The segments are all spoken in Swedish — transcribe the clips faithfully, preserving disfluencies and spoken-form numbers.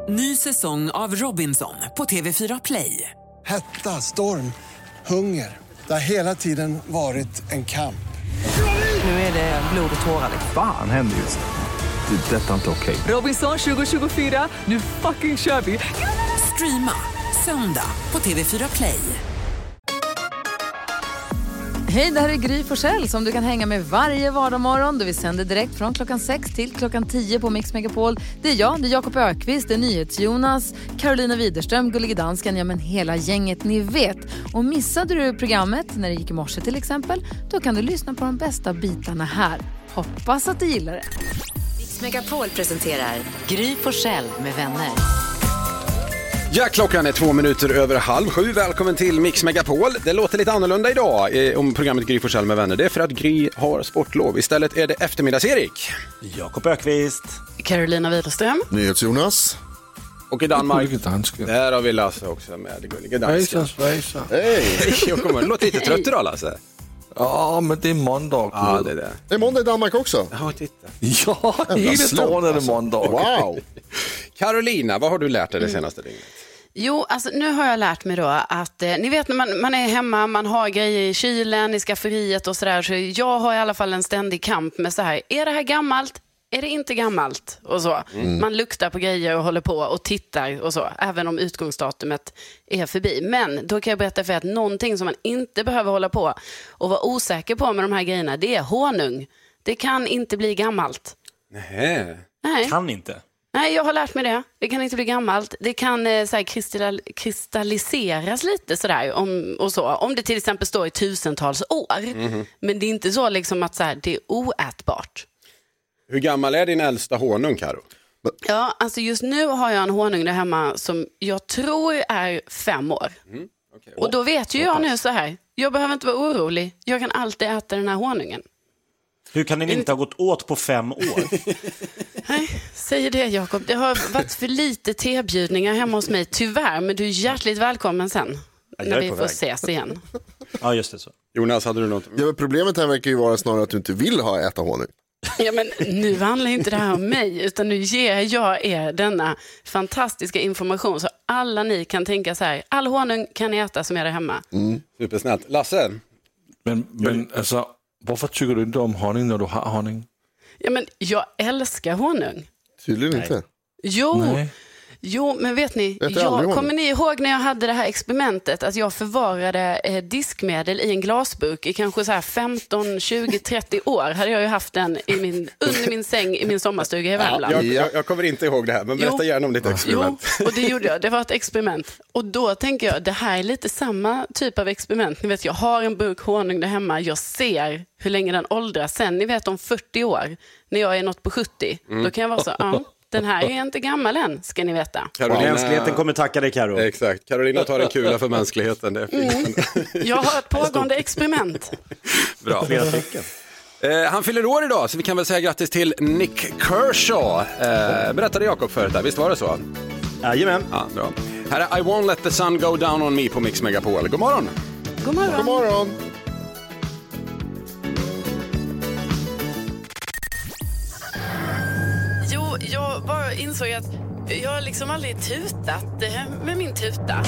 Ny säsong av Robinson på T V fyra Play. Hetta, storm, hunger. Det har hela tiden varit en kamp. Nu är det blod och tårar. Fan händer just det. Det är detta inte okej. Robinson tjugo tjugofyra, nu fucking kör vi. Streama söndag på T V fyra Play. Hej, det här är Gry Forssell som du kan hänga med varje vardagsmorgon. Då vi sänder direkt från klockan sex till klockan tio på Mix Megapol. Det är jag, det är Jakob Ökvist, det är NyhetsJonas, Carolina Widerström, Gullige Dansken, ja men hela gänget ni vet. Och missade du programmet när det gick i morse till exempel, då kan du lyssna på de bästa bitarna här. Hoppas att du gillar det. Mix Megapol presenterar Gry Forssell med vänner. Ja, klockan är två minuter över halv sju. Välkommen till Mix Megapol. Det låter lite annorlunda idag eh, om programmet Gry Forssell med vänner. Det är för att Gry har sportlov. Istället är det eftermiddags-Erik. Jakob Ökvist. Carolina Widerström. NyhetsJonas. Och i Danmark. Gullige Dansken. Där har vi Lasse också med Gullige Dansken. Svejsa. Hej! Jag kommer låta lite trött idag, Lasse. Ja, men det är måndag. Ja, det är det. Det är måndag i Danmark också. Ja, titta. Ja, hela dagen är det måndag. Wow. Carolina, vad har du lärt dig det senaste dygnet? Jo, alltså nu har jag lärt mig då att eh, ni vet när man, man är hemma, man har grejer i kylen, i skafferiet och sådär. Så jag har i alla fall en ständig kamp med så här, är det här gammalt? Är det inte gammalt? Och så. Mm. Man luktar på grejer och håller på och tittar och så. Även om utgångsdatumet är förbi. Men då kan jag berätta för er att någonting som man inte behöver hålla på och vara osäker på med de här grejerna, det är honung. Det kan inte bli gammalt. Nej. Nej. Kan inte. Nej, jag har lärt mig det. Det kan inte bli gammalt. Det kan eh, så här, kristall- kristalliseras lite sådär om, och så. Om det till exempel står i tusentals år. Mm-hmm. Men det är inte så liksom att så här, det är oätbart. Hur gammal är din äldsta honung, Karo? Ja, alltså just nu har jag en honung där hemma som jag tror är fem år. Mm. Okay. Och då vet ju jag nu så här, jag behöver inte vara orolig. Jag kan alltid äta den här honungen. Hur kan den inte ha gått åt på fem år? Nej, säger det Jakob. Det har varit för lite tebjudningar hemma hos mig, tyvärr. Men du är hjärtligt välkommen sen, ja, när vi får väg. ses igen. Ja, just det så. Jonas, hade du något? Ja, men problemet här verkar ju vara snarare att du inte vill ha äta honung. Ja, men nu handlar inte det här om mig, utan nu ger jag er denna fantastiska information så alla ni kan tänka så här, all honung kan ni äta som är där hemma. Mm. Supersnällt. Lasse? Men, men alltså, varför tycker du inte om honung när du har honung? Ja, men jag älskar honung. Tydligen Nej. inte. Jo, Nej. jo, men vet ni, jag, kommer ni ihåg när jag hade det här experimentet att jag förvarade eh, diskmedel i en glasburk i kanske så här femton, tjugo, trettio år hade jag ju haft den i min, under min säng i min sommarstuga i Värmland. Ja, jag, jag kommer inte ihåg det här, men berätta jo, gärna om ditt experiment. Jo, och det gjorde jag. Det var ett experiment. Och då tänker jag, det här är lite samma typ av experiment. Ni vet, jag har en burk honung där hemma. Jag ser hur länge den åldras. Sen, ni vet, om fyrtio år, när jag är något på sjuttio, mm. då kan jag vara så, ja. Den här är inte gammal än, ska ni veta. Carolina... Mänskligheten kommer tacka dig, Karo. Exakt. Carolina tar en kula för mänskligheten. Det är fint. Mm. Jag har ett pågående experiment. Bra. Flera stycken. Eh, han fyller år idag, så vi kan väl säga grattis till Nick Kershaw. Eh, berättade Jakob förut där, visst var det så? Jajamän. Ja, bra. Här är I won't let the sun go down on me på Mix Megapol. God morgon. God morgon. God morgon. Jag bara insåg att jag har liksom aldrig tutat med min tuta.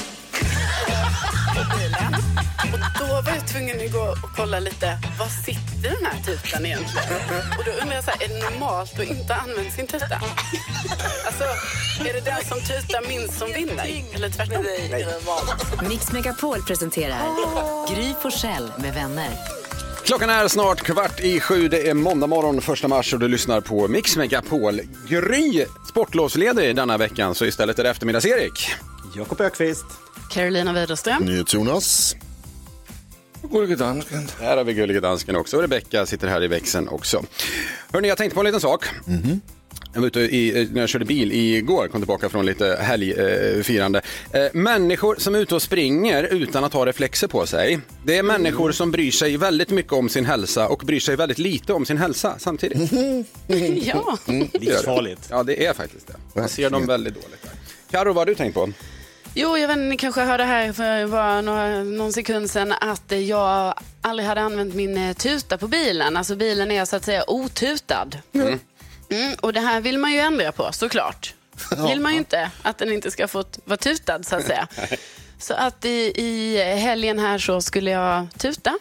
Och då var jag tvungen att gå och kolla lite, var sitter den här tutan egentligen? Och då undrar jag så här, är det normalt att inte använda sin tuta? Alltså, är det den som tutar minst som vinner? Eller tvärtom? Nej. Mix Megapol presenterar Gry Forssell med vänner. Klockan är snart kvart i sju, det är måndag morgon första mars och du lyssnar på Mix Megapol. Gry sportlovsledig denna veckan, så istället är det eftermiddags-Erik. Jakob Ökvist. Carolina Widerström. NyhetsJonas. Gullige Dansken. Här har vi Gullige Dansken också och Rebecca sitter här i växeln också. Hörrni, jag tänkte på en liten sak. Mhm. Jag var ute i, när jag körde bil igår, kom tillbaka från lite helgfirande. Eh, människor som är ute och springer utan att ha reflexer på sig. Det är människor mm. som bryr sig väldigt mycket om sin hälsa och bryr sig väldigt lite om sin hälsa samtidigt. Ja. Mm, livsfarligt. Ja, det är faktiskt det. Man ser dem väldigt dåligt där. Karo, vad har du tänkt på? Jo, jag vet inte, ni kanske hörde här för bara några, någon sekund sedan att jag aldrig hade använt min tuta på bilen. Alltså bilen är så att säga otutad. Mm. Mm, och det här vill man ju ändra på, såklart. vill man ju inte att den inte ska få vara tutad så att säga. Så att i, i helgen här så skulle jag tuta.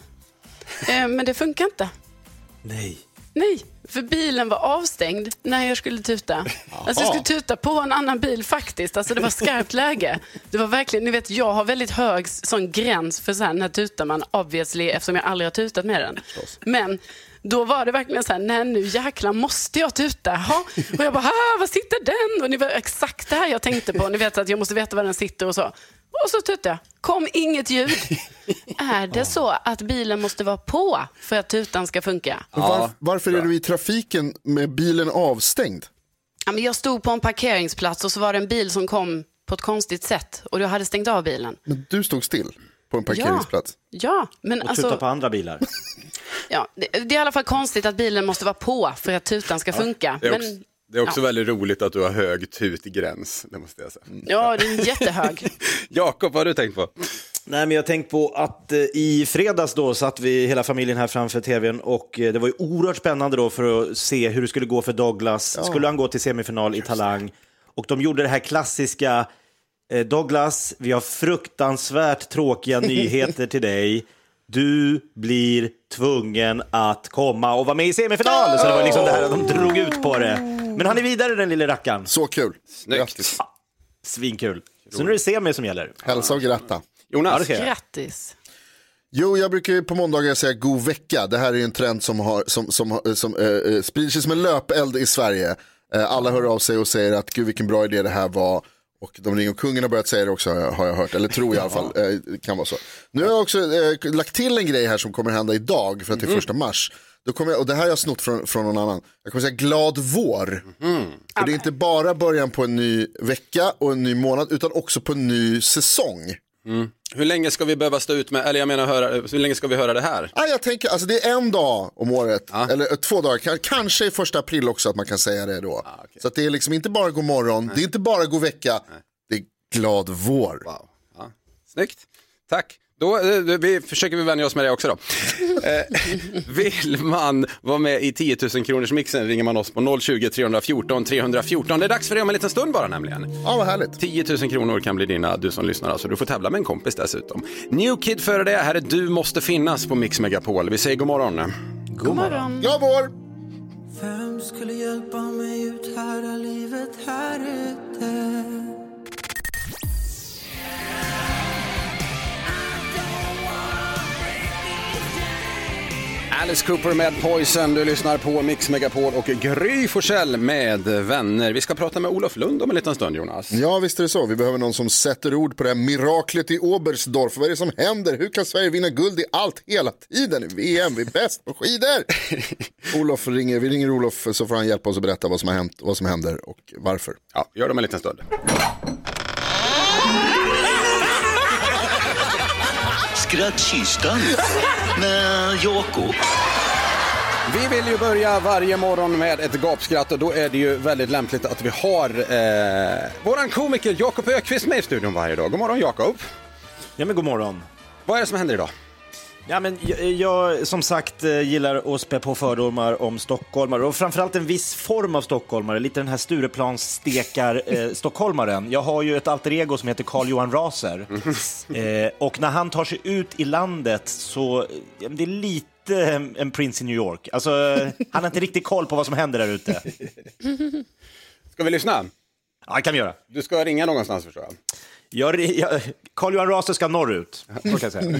Eh, men det funkar inte. Nej. Nej, för bilen var avstängd när jag skulle tuta. Alltså jag skulle tuta på en annan bil faktiskt. Alltså det var skarpt läge. Det var verkligen, ni vet, jag har väldigt hög sån gräns för så här, när tutar man obviously, eftersom jag aldrig har tutat med den. Men då var det verkligen så här, nej nu jäklar måste jag tuta. Ha? Och jag bara, vad sitter den? Och ni vet exakt det här jag tänkte på. Ni vet att jag måste veta var den sitter och så. Och så tutade jag. Kom inget ljud. Är det så att bilen måste vara på för att tutan ska funka? Var, varför är du i trafiken med bilen avstängd? Ja, men jag stod på en parkeringsplats och så var det en bil som kom på ett konstigt sätt. Och jag hade stängt av bilen. Men du stod still på en parkeringsplats? Ja, ja men och alltså... tuta på andra bilar. Ja, det, det är i alla fall konstigt att bilen måste vara på för att tutan ska funka. Det är också, men, det är också ja. väldigt roligt att du har hög tutgräns, det måste jag säga. Ja, det är jättehög. Jakob, vad har du tänkt på? Nej, men jag tänkte på att eh, i fredags då satt vi hela familjen här framför tvn och eh, det var ju oerhört spännande då för att se hur det skulle gå för Douglas. Ja. Skulle han gå till semifinal i Talang? Och de gjorde det här klassiska eh, Douglas, vi har fruktansvärt tråkiga nyheter till dig. Du blir tvungen att komma och vara med i semifinal. Så det var liksom det här att de drog ut på det. Men han är vidare, den lilla rackaren. Så kul. Snyggt. Ja, svinkul. Så nu är det semi som gäller. Hälsa och gratta. Jonas. Ja, grattis. Jo, jag brukar ju på måndagar säga god vecka. Det här är ju en trend som, har, som, som, som äh, sprider sig som en löpeld i Sverige. Äh, alla hör av sig och säger att gud vilken bra idé det här var. Och de ringer och kungen har börjat säga det också, har jag hört. Eller tror jag i alla fall, eh, kan vara så. Nu har jag också eh, lagt till en grej här som kommer hända idag, för att det är Mm. första mars. Då kommer jag, och det här har jag snott från, från någon annan. Jag kommer säga glad vår. Mm. För det är inte bara början på en ny vecka och en ny månad, utan också på en ny säsong. Mm. Hur länge ska vi behöva stå ut med, eller jag menar höra, hur länge ska vi höra det här? Ah, jag tänker, alltså det är en dag om året, ah. eller två dagar, K- kanske i första april också att man kan säga det då. Ah, okay. Så att det är liksom inte bara god morgon, Nej. det är inte bara god vecka, Nej. det är glad vår. Wow. Ja. Snyggt, tack. Då vi, försöker vi vänja oss med det också då. eh, vill man vara med i tio tusen kronors mixen ringer man oss på noll tjugo, tre fjorton, tre fjorton. Det är dags för det om en liten stund bara nämligen. Ja, vad härligt. tio tusen kronor kan bli dina, du som lyssnar alltså. Du får tävla med en kompis dessutom. New Kid före det, här är Du måste finnas på Mix Megapol. Vi säger god morgon. God morgon. God vår. Vem skulle hjälpa mig ut här av livet här ute? Alice Cooper med Poison, du lyssnar på Mix Megapol och Gry Forssell med vänner. Vi ska prata med Olof Lund om en liten stund, Jonas. Ja, visst är det så. Vi behöver någon som sätter ord på det här miraklet i Oberstdorf. Vad är det som händer? Hur kan Sverige vinna guld i allt hela tiden i V M? Vi är bäst på skidor. Olof ringer, vi ringer Olof så får han hjälpa oss att berätta vad som har hänt, vad som händer och varför. Ja, gör det om en liten stund. Skrattkistan med Jakob. Vi vill ju börja varje morgon med ett gapskratt och då är det ju väldigt lämpligt att vi har eh, våran komiker Jakob Ökvist med i studion varje dag. God morgon Jakob. Ja men god morgon. Vad är det som händer idag? Ja, men jag, jag som sagt gillar att spä på fördomar om stockholmare och framförallt en viss form av stockholmare, lite den här Stureplansstekar eh, stockholmaren. Jag har ju ett alter ego som heter Carl Johan Raser eh, och när han tar sig ut i landet så ja, det är lite en, en Prince i New York. Alltså han har inte riktigt koll på vad som händer där ute. Ska vi lyssna? Ja, det kan vi göra. Du ska ringa någonstans förstår jag. jag, jag Carl Johan Raser ska norrut. Så kan jag säga.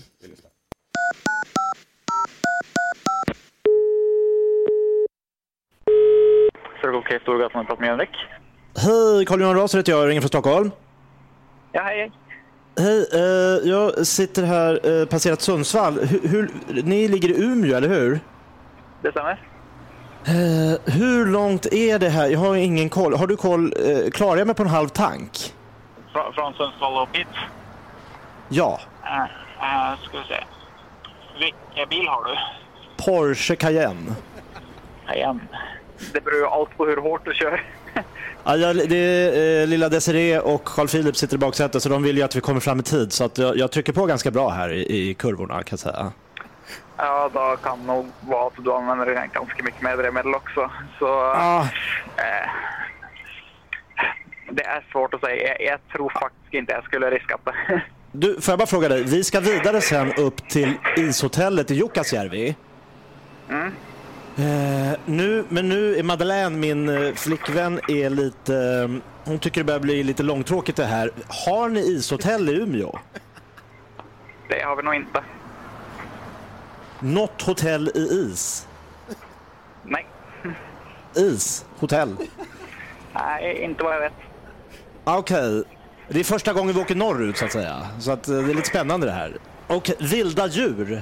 Okej, Storgatan, pratar med Henrik. Hej, Carl Johan Raser heter jag, jag ringer från Stockholm. Ja, hej, hej. Hej, eh, jag sitter här, eh, passerat Sundsvall. Hur, hur, ni ligger i Umeå, eller hur? Det stämmer. Eh, hur långt är det här? Jag har ingen koll. Har du koll? Eh, klarar jag mig på en halv tank? Fra, från Sundsvall och hit? Ja. Uh, uh, ska vi se. Vilken bil har du? Porsche Cayenne. Cayenne. Det beror ju allt på hur hårt du kör. Ja, jag, det är eh, lilla Desiree och Carl Philip sitter i baksätet så de vill ju att vi kommer fram i tid. Så att jag, jag trycker på ganska bra här i, i kurvorna kan jag säga. Ja, då kan nog vara att du använder ganska mycket mer drivmedel också. Så ah. eh, Det är svårt att säga. Jag, jag tror faktiskt inte jag skulle riska det. Du, får jag bara fråga dig, vi ska vidare sen upp till ishotellet i Jukkasjärvi. Mm. Eh, nu, men nu är Madeleine, min eh, flickvän, är lite, eh, hon tycker det börjar bli lite långtråkigt det här. Har ni ishotell i Umeå? Det har vi nog inte. Något hotell i is? Nej. Is? Hotell? Nej, inte vad jag vet. Okej, okay. Det är första gången vi åker norrut så att säga. Så att det är lite spännande det här. Och vilda djur?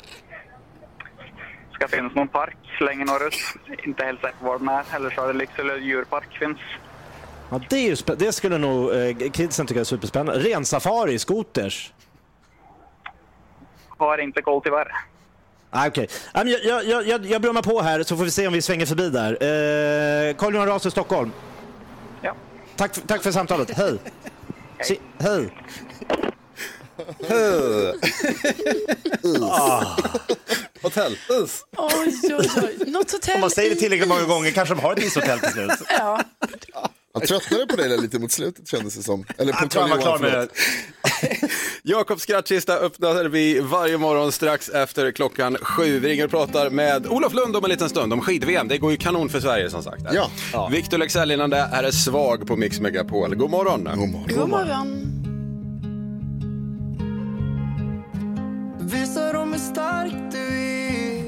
Ska finnas någon park längre norrut. Inte helt säkert var den är. Eller så är det Lycksele djurpark finns. Ja, det, är ju spä- det skulle nog eh, kidsen tycka är superspännande. Rensafari, skoters? Har inte koll tyvärr. Ah, okej. Okay. Jag, jag, jag, jag brummar på här så får vi se om vi svänger förbi där. Eh, Carl-Johan Raser, Stockholm. Ja. Tack, tack för samtalet. Hej. Hej. Hej. ah. Hotell. Us. Oj, oj, oj. Något hotell. Om man säger det tillräckligt många gånger kanske de har ett ishotell till slut. Ja. Han tröttnade på det lite mot slutet kändes det som. Eller på jag tror han var klar med det. Jakobs skrattkista öppnar vi varje morgon strax efter klockan sju. Vi ringer och pratar med Olof Lund om en liten stund om skid-V M. Det går ju kanon för Sverige som sagt. Ja. ja. Victor Leksell innan det här är Svag på Mix Megapol. God morgon. God morgon. God morgon. Visa dem hur stark du är.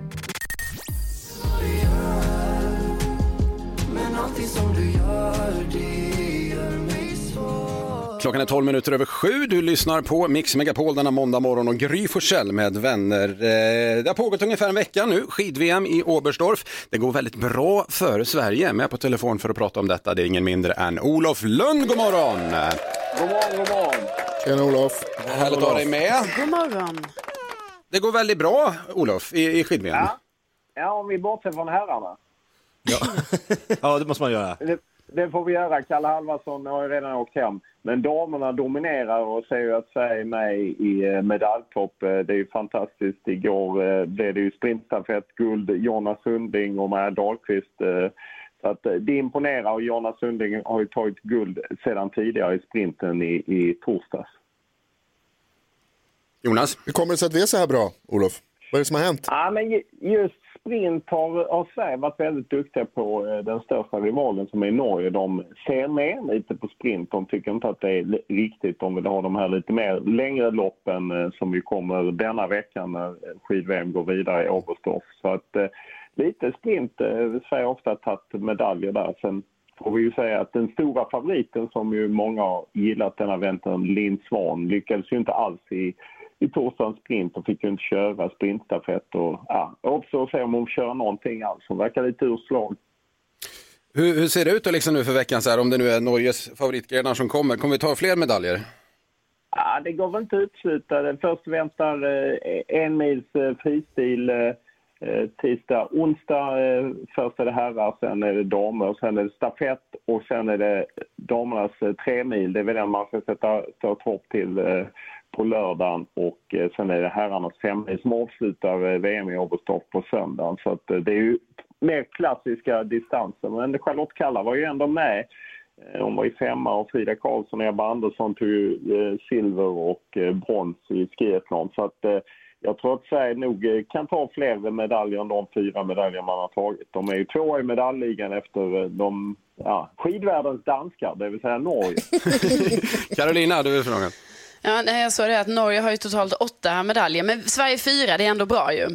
Men allting som du gör, det gör mig svår. Klockan är tolv minuter över sju. Du lyssnar på Mix Megapol denna måndag morgon och Gry Forssell med vänner. Det har pågått ungefär en vecka nu. Skid-V M i Oberstdorf. Det går väldigt bra för Sverige. Med på telefon för att prata om detta. Det är ingen mindre än Olof Lund. God morgon! God morgon, god morgon. Tjena Olof. Härligt att ha dig med. God morgon. Det går väldigt bra, Olof, i, i skid-V M. Ja. ja, om vi bortser från herrarna. Ja, ja det måste man göra. Det, det får vi göra. Kalle Halvarsson har ju redan åkt hem. Men damerna dominerar och ser ju att Sverige är med i medaljtopp. Det är ju fantastiskt. Igår blev det ju sprintstafett, guld, Jonas Sundling och Maja Dahlqvist. Så att det imponerar och Jonas Sundling har ju tagit guld sedan tidigare i sprinten i, i torsdags. Jonas? Hur kommer det sig att vi är så här bra, Olof? Vad är det som har hänt? Ja, men just sprint har, har Sverige varit väldigt duktiga på. Den största rivalen som är i Norge. De ser ner lite på sprint. De tycker inte att det är riktigt. De vill ha de här lite mer längre loppen som vi kommer denna veckan när skid-V M går vidare i Oberstdorf. Så att lite sprint. Sverige har ofta tagit medaljer där. Sen får vi ju säga att den stora favoriten som ju många har gillat denna vintern, Linn Svan, lyckades ju inte alls i i torsdagens sprint och fick ju inte köra sprintstafett och ja, också att se om hon kör någonting alls. Hon verkar lite urslag. Hur, hur ser det ut då liksom nu för veckan så här, om det nu är Norges favoritgrenar som kommer? Kommer vi ta fler medaljer? Ja, det går väl inte utsluta. Först väntar eh, en mils eh, fristil eh, tisdag, onsdag. Eh, först är det herrar, sen är det damer, sen är det stafett och sen är det damernas eh, tre mil. Det är väl den man ska sätta stort hopp till eh, på lördagen och eh, sen är det herrarnas fem mil som avslutar eh, V M i Oberstdorf på söndagen. Så att, eh, det är ju mer klassiska distanser. Men Charlotte Kalla var ju ändå med. Hon var i femma och Frida Karlsson och Ebba Andersson tog ju eh, silver och eh, brons i skiathlon. Så att eh, jag tror att Sverige nog eh, kan ta fler medaljer än de fyra medaljer man har tagit. De är ju två i medaljligan efter eh, de ja, skidvärldens danskar, det vill säga Norge. Carolina, du vill fråga. Ja, nej, jag såg det att Norge har ju totalt åtta medaljer, men Sverige fyra, det är ändå bra ju.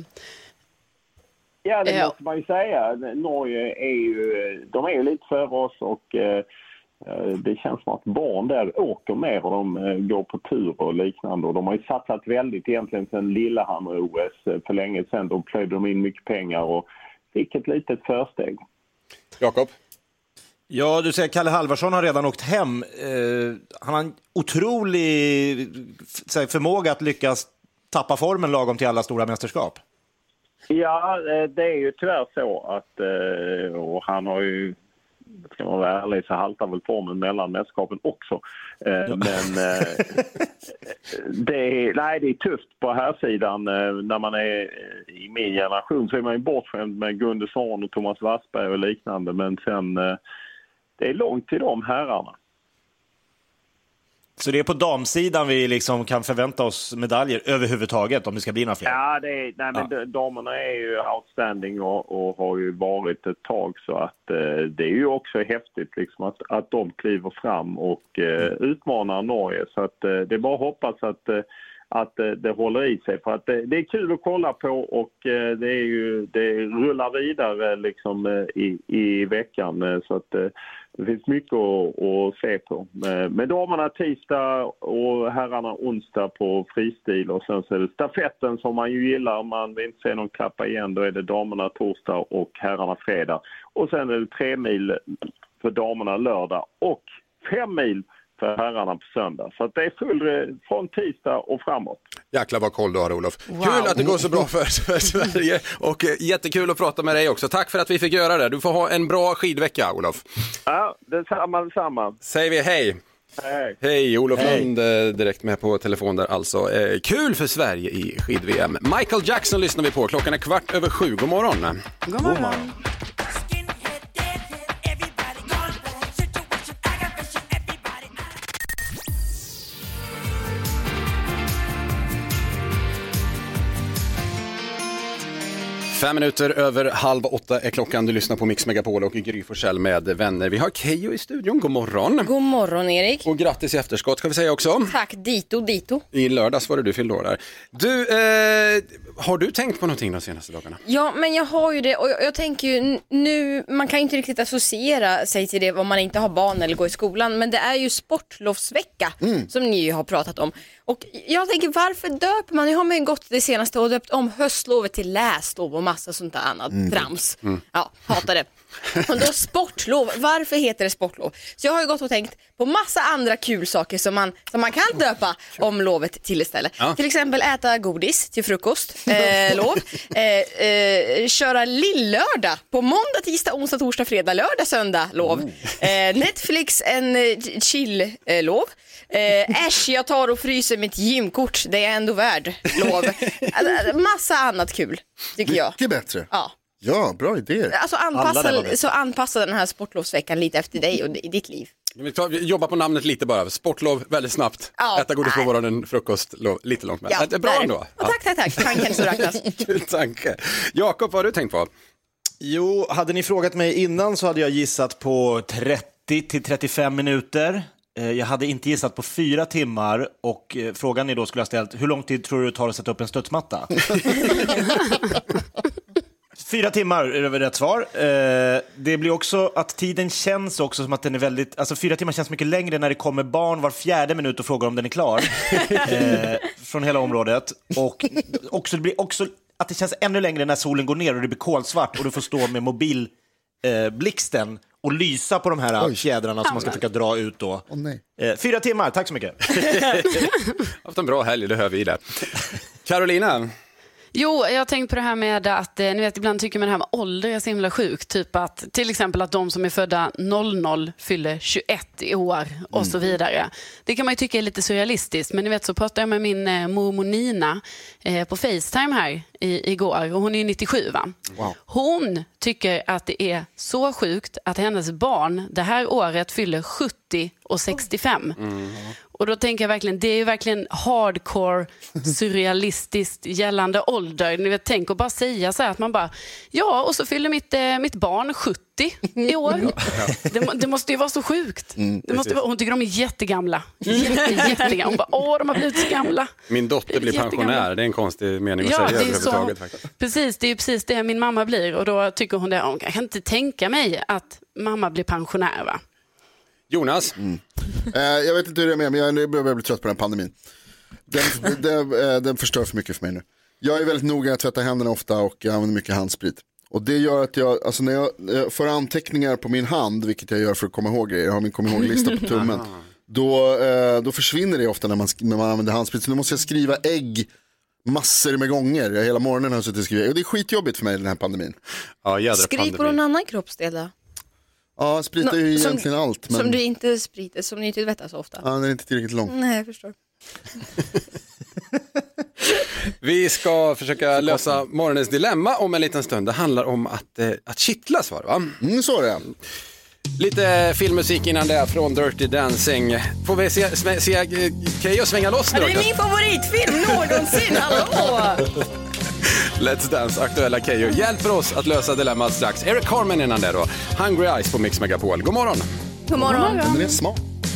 Ja, det måste man ju säga. Norge är ju, de är ju lite för oss och eh, det känns som att barn där åker mer och de eh, går på tur och liknande. Och de har ju satsat väldigt egentligen sedan Lillehammer-O S för länge sedan. Då plöjde de in mycket pengar och fick ett litet försteg. Jakob? Ja, du säger Kalle Halvarsson har redan åkt hem. Eh, han har en otrolig här, förmåga att lyckas tappa formen lagom till alla stora mästerskap. Ja, det är ju tyvärr så att och han har ju, ska man vara ärlig, så haltar väl formen mellan mästerskapen också. Ja. Men det är, nej, det är tufft på här sidan. När man är i min generation så är man ju bortskämd med Gunde Svan och Thomas Wassberg och liknande. Men sen det är långt till de herrarna. Så det är på damsidan vi liksom kan förvänta oss medaljer överhuvudtaget om det ska bli några fler? Ja, det är, nej, men ja. damerna är ju outstanding och, och har ju varit ett tag, så att eh, det är ju också häftigt liksom, att, att de kliver fram och eh, utmanar Norge. Så att eh, det är bara att hoppas att, eh, att eh, det håller i sig, för att eh, det är kul att kolla på och eh, det är ju, det rullar vidare liksom eh, i, i veckan, eh, så att eh, det finns mycket att, att se på. Med damerna tisdag och herrarna onsdag på fristil, och sen så är det stafetten som man ju gillar. Om man vill inte se någon klappa igen, då är det damerna torsdag och herrarna fredag. Och sen är det tre mil för damerna lördag och fem mil för herrarna på söndag. Så att det är full från tisdag och framåt. Jäklar vad koll du har, Olof. Wow. Kul att det går så bra för, för Sverige och jättekul att prata med dig också. Tack för att vi fick göra det. Du får ha en bra skidvecka, Olof. Ja, detsamma, detsamma. Säger vi hej. Hej. Hej, Olof Hej. Lund direkt med på telefon där alltså. Eh, kul för Sverige i skid-V M. Michael Jackson lyssnar vi på. Klockan är kvart över sju. God morgon. God morgon. God morgon. Fem minuter över halv åtta är klockan. Du lyssnar på Mix Megapol och Gry Forssell med vänner. Vi har Keyyo i studion. God morgon. God morgon, Erik. Och grattis i efterskott ska vi säga också. Tack, dito, dito. I lördags var det du fyllde år där. Du, eh, har du tänkt på någonting de senaste dagarna? Ja, men jag har ju det och jag, jag tänker ju nu, man kan ju inte riktigt associera sig till det om man inte har barn eller går i skolan, men det är ju sportlovsvecka mm. som ni ju har pratat om. Och jag tänker, varför döper man? Jag har med gått det senaste och döpt om höstlovet till läslov och massa sånt där annat mm. trams. Mm. Ja, hatar det. Och då sportlov, varför heter det sportlov? Så jag har ju gått och tänkt på massa andra kul saker som man, som man kan döpa om lovet till istället. Ja. Till exempel äta godis till frukost, eh, lov. Eh, eh, köra lillördag på måndag, tisdag, onsdag, torsdag, fredag, lördag, söndag, lov. Eh, Netflix en eh, chill eh, lov. Eh, äsch, jag tar och fryser mitt gymkort, det är ändå värd lov. Massa annat kul, tycker jag. Mycket bättre. Ja. Ja, bra idéer. Alltså anpassa, så anpassa den här sportlovsveckan lite efter dig och i ditt liv. Vi, tar, vi jobbar på namnet lite bara. Sportlov väldigt snabbt. Ja, äta godis på morgonen, frukost lov, lite långt med. Ja, det är bra ändå. Ja. Tack, tack, tack. Tanken så räknas. Kul tanke. Jakob, vad har du tänkt på? Jo, hade ni frågat mig innan så hade jag gissat på trettio till trettiofem minuter. Jag hade inte gissat på fyra timmar och frågan är då skulle jag ställt, hur lång tid tror du det tar att sätta upp en studsmatta? Fyra timmar är det rätt svar. Det blir också att tiden känns också som att den är väldigt, alltså fyra timmar känns mycket längre när det kommer barn var fjärde minut och frågar om den är klar. Från hela området. Och också, det blir också att det känns ännu längre när solen går ner och det blir kolsvart och du får stå med mobilblixten och lysa på de här Oj. fjädrarna som man ska försöka dra ut då. Oh, nej. Eh, fyra timmar, tack så mycket. Haft en bra helg, det hör vi där. Carolina? Jo, jag har tänkt på det här med att, ni vet, ibland tycker man det här med ålder är så himla sjukt. Typ att, till exempel att de som är födda noll noll fyller tjugoett i år och mm. så vidare. Det kan man ju tycka är lite surrealistiskt. Men ni vet, så pratade jag med min eh, mormor Nina eh, på FaceTime här i, igår. Och hon är ju nittiosju, va? Wow. Hon tycker att det är så sjukt att hennes barn det här året fyller sjuttio och sextiofem. Mm. Och då tänker jag verkligen, det är ju verkligen hardcore, surrealistiskt gällande ålder. Ni vet, tänk att bara säga så här att man bara, ja, och så fyller mitt, eh, mitt barn sjuttio i år. Ja. Det, det måste ju vara så sjukt. Mm, det måste vara, hon tycker de är jättegamla. Jätte, jättegamla. Hon bara, åh, de har blivit så gamla. Min dotter blir pensionär, det är en konstig mening att ja, säga det är överhuvudtaget. Så, faktiskt. Precis, det är ju precis det min mamma blir. Och då tycker hon det, jag kan inte tänka mig att mamma blir pensionär, va? Jonas? Mm. Eh, jag vet inte hur det är med, men jag börjar bli trött på den pandemin. Den, den, den förstör för mycket för mig nu. Jag är väldigt noga att tvätta händerna ofta och jag använder mycket handsprit. Och det gör att jag, alltså när jag får anteckningar på min hand, vilket jag gör för att komma ihåg grejer, jag har min kom ihåg-lista på tummen, då, eh, då försvinner det ofta när man, när man använder handsprit. Så nu måste jag skriva ägg massor med gånger. Jag hela morgonen har jag suttit och skrivit. Och det är skitjobbigt för mig den här pandemin. Ja, skriv på någon annan kroppsdel då? Ja, sprit är ju no, egentligen som, allt. Men... Som du inte spriter, som du inte tvättar så ofta. Ja, den är inte tillräckligt lång. Nej, jag förstår. Vi ska försöka lösa morgonens dilemma om en liten stund. Det handlar om att, eh, att kittlas, var det, va? Mm, så är det. Lite filmmusik innan det från Dirty Dancing. Får vi se, se, se Keyyo svänga loss nu? Ja, det är min favoritfilm någonsin, hallå! Let's Dance, aktuella Keyyo hjälper oss att lösa dilemmat strax. Eric Carmen innan det då. Hungry Eyes på Mix Megapol. God morgon. God morgon. Men det är smart.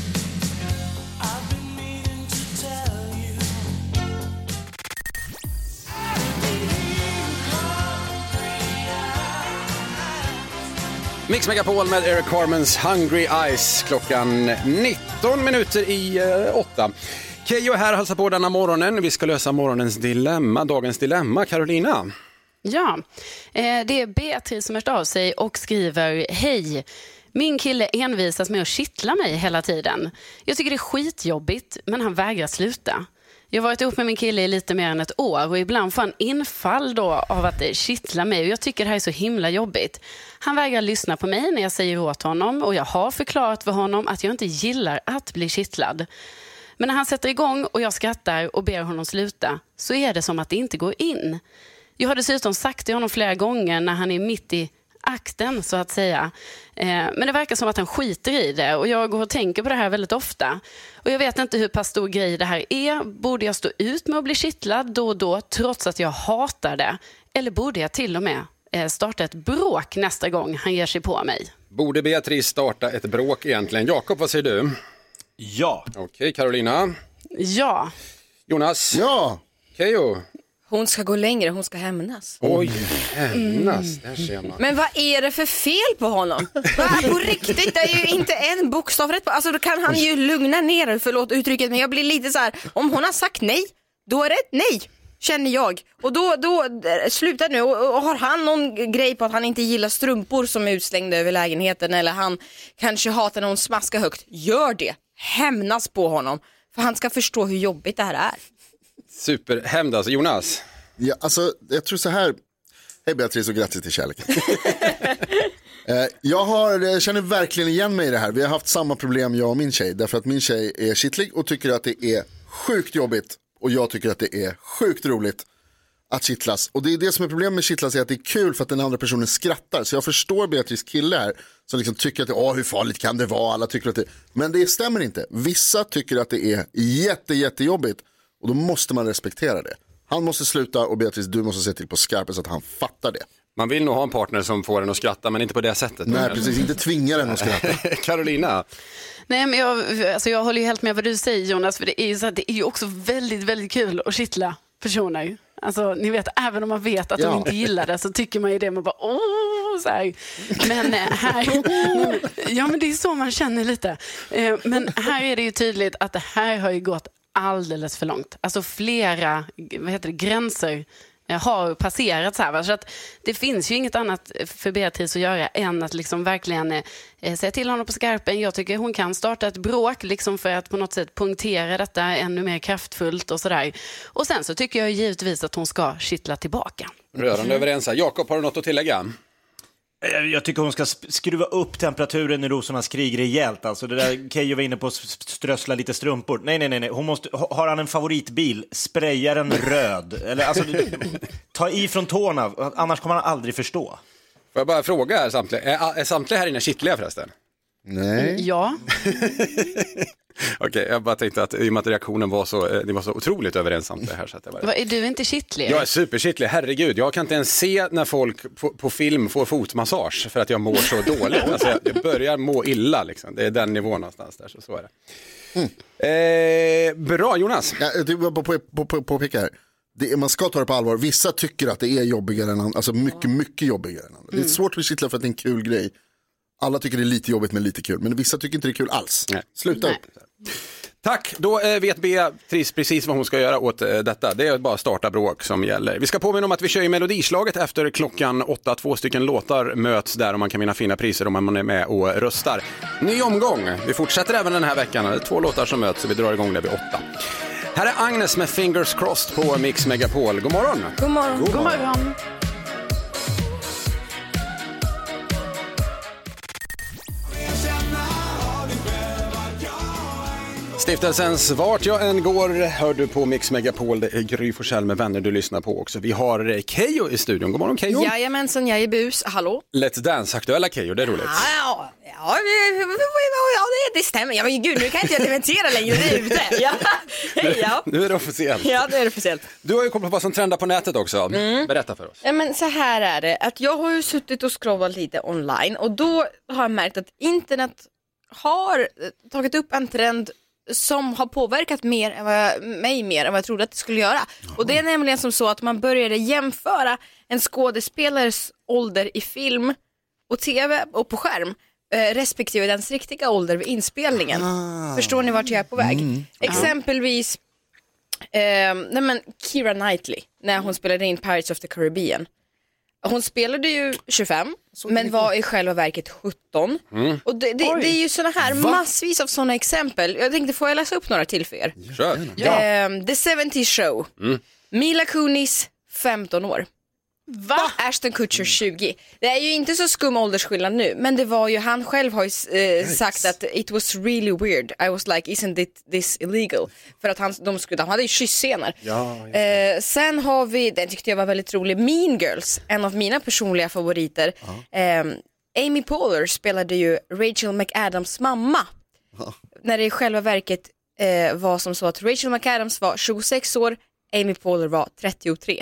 Mix Megapol med Eric Carmens Hungry Eyes klockan nitton minuter i uh, åtta. Keyyo är här och hälsar på denna morgonen. Vi ska lösa morgonens dilemma, dagens dilemma. Carolina. Ja, eh, det är Beatrice som hört av sig och skriver: hej, min kille envisas med att kittla mig hela tiden. Jag tycker det är skitjobbigt, men han vägrar sluta. Jag har varit ihop med min kille i lite mer än ett år och ibland får han infall då av att kittla mig och jag tycker det här är så himla jobbigt. Han vägrar lyssna på mig när jag säger åt honom och jag har förklarat för honom att jag inte gillar att bli kittlad. Men när han sätter igång och jag skrattar och ber honom sluta så är det som att det inte går in. Jag har dessutom sagt till honom flera gånger när han är mitt i akten så att säga. Eh, men det verkar som att han skiter i det och jag går och tänker på det här väldigt ofta. Och jag vet inte hur pass stor grej det här är. Borde jag stå ut med att bli kittlad då och då trots att jag hatar det? Eller borde jag till och med eh, starta ett bråk nästa gång han ger sig på mig? Borde Beatrice starta ett bråk egentligen? Jakob, vad säger du? Ja. Okej, okay, Carolina? Ja. Jonas? Ja. Keyyo? Hon ska gå längre, hon ska hämnas. Oj, hämnas, mm. Där ser man. Men vad är det för fel på honom? Va, på riktigt, det är ju inte en bokstav rätt på. Alltså då kan han ju lugna ner, förlåt uttrycket, men jag blir lite så här, om hon har sagt nej, då är det ett nej, känner jag. Och då, då sluta nu, och, och har han någon grej på att han inte gillar strumpor som är utslängda över lägenheten, eller han kanske hatar när hon smaskar högt, gör det, hämnas på honom, för han ska förstå hur jobbigt det här är. Superhämnd, Jonas. Ja, alltså, jag tror så här. Hej Beatrice och grattis till kärleken. eh, jag, har, jag känner verkligen igen mig i det här. Vi har haft samma problem, jag och min tjej. Därför att min tjej är kittlig och tycker att det är sjukt jobbigt. Och jag tycker att det är sjukt roligt att kittlas. Och det är det som är problemet med kittlas, är att det är kul för att den andra personen skrattar. Så jag förstår Beatrice kille här som liksom tycker att det, åh, hur farligt kan det vara? Alla tycker att det, men det stämmer inte. Vissa tycker att det är jätte, jättejobbigt. Och då måste man respektera det. Han måste sluta och Beatrice, du måste se till på skarpen så att han fattar det. Man vill nog ha en partner som får en att skratta, men inte på det sättet. Nej, precis. Inte tvinga den att skratta. Carolina? Nej, men jag, alltså jag håller ju helt med vad du säger, Jonas. För det är ju så att det är ju också väldigt, väldigt kul att kittla personer. Alltså, ni vet, även om man vet att ja. de inte gillar det så tycker man ju det. Man bara, åh, så här. Men här, ja men det är så man känner lite. Men här är det ju tydligt att det här har ju gått alldeles för långt. Alltså flera vad heter det, gränser har passerat så här. Så att det finns ju inget annat för Beatrice att göra än att liksom verkligen eh, säga till honom på skarpen. Jag tycker hon kan starta ett bråk liksom för att på något sätt punktera detta ännu mer kraftfullt och sådär. Och sen så tycker jag givetvis att hon ska kittla tillbaka. Rörande mm. överens här. Jakob, har du något att tillägga? Jag tycker hon ska skruva upp temperaturen i Rosornas krig rejält. Alltså det där Keyyo var inne på att strössla lite strumpor. Nej, nej, nej. nej. Hon måste, har han en favoritbil, spraya den röd. Eller, alltså, ta i från tårna, annars kommer han aldrig förstå. Får jag bara fråga här samtliga. Är, är samtliga här inne kittliga förresten? Nej. Ja. Okej, okay, jag bara tänkte att i och med att reaktionen var så, ni var så otroligt överens om det här. Så att det var... Är du inte kittlig? Jag är superkittlig, herregud. Jag kan inte ens se när folk på, på film får fotmassage för att jag mår så dåligt. Alltså jag, jag börjar må illa liksom. Det är den nivån någonstans där, så, så är det. Mm. Eh, bra, Jonas. Ja, du var på, på, på, på, påpeka här. Det, man ska ta det på allvar. Vissa tycker att det är jobbigare än andra. Alltså mycket, mycket jobbigare än andra. Mm. Det är svårt att kittla för att det är en kul grej. Alla tycker det är lite jobbigt men lite kul. Men vissa tycker inte det är kul alls. Nej. Sluta Nej. upp. Tack, då eh, vet Beatrice precis vad hon ska göra åt eh, detta. Det är bara starta bråk som gäller. Vi ska påminna om att vi kör i Melodislaget efter klockan åtta. Två stycken låtar möts där och man kan vinna fina priser om man är med och röstar. Ny omgång. Vi fortsätter även den här veckan. Det är två låtar som möts så vi drar igång där vid åtta. Här är Agnes med Fingers Crossed på Mix Megapol. God morgon. God morgon. God morgon. God morgon. Stiftelsens Vart jag än går hör du på Mix Megapol. Det är Gry Forssell med vänner du lyssnar på också. Vi har Keyyo i studion. God morgon Keyyo. Jajamensan, jag är bus. Hallå? Let's Dance-aktuella Keyyo, det är roligt. Ja, ja, ja, ja det, det stämmer. Ja, men gud, nu kan inte jag dementera längre, det är ute. Ja. Hej, ja. Nu är det officiellt. Ja, det är det officiellt. Du har ju kommit på vad som trendar på nätet också. Mm. Berätta för oss. Ja, men så här är det, att jag har ju suttit och scrollat lite online och då har jag märkt att internet har tagit upp en trend som har påverkat mer än vad jag, mig mer än vad jag trodde att det skulle göra. Jaha. Och det är nämligen som så att man började jämföra en skådespelares ålder i film och tv och på skärm eh, respektive dens riktiga ålder vid inspelningen. Ah. Förstår ni vart jag är på väg? Mm. Exempelvis eh, nej men Keira Knightley när hon spelade in Pirates of the Caribbean. Hon spelade ju tjugofem, så men var i själva verket sjutton. Mm. Och det, det, det är ju såna här Va? massvis av såna exempel. Jag tänkte, får jag läsa upp några till för er? Kör. Ja. Um, The seventies Show. Mm. Mila Kunis, femton år. Va? Ashton Kutcher, tjugo. Det är ju inte så skum åldersskillnad nu, men det var ju, han själv har ju eh, sagt att it was really weird. I was like, isn't it this illegal? För att han, de, skulle, de hade ju kyssscener. Ja, eh, sen har vi, den tyckte jag var väldigt rolig, Mean Girls, en av mina personliga favoriter. eh, Amy Poehler spelade ju Rachel McAdams mamma. Uh. När det i själva verket eh, var som så att Rachel McAdams var tjugosex år, Amy Poehler var trettiotre.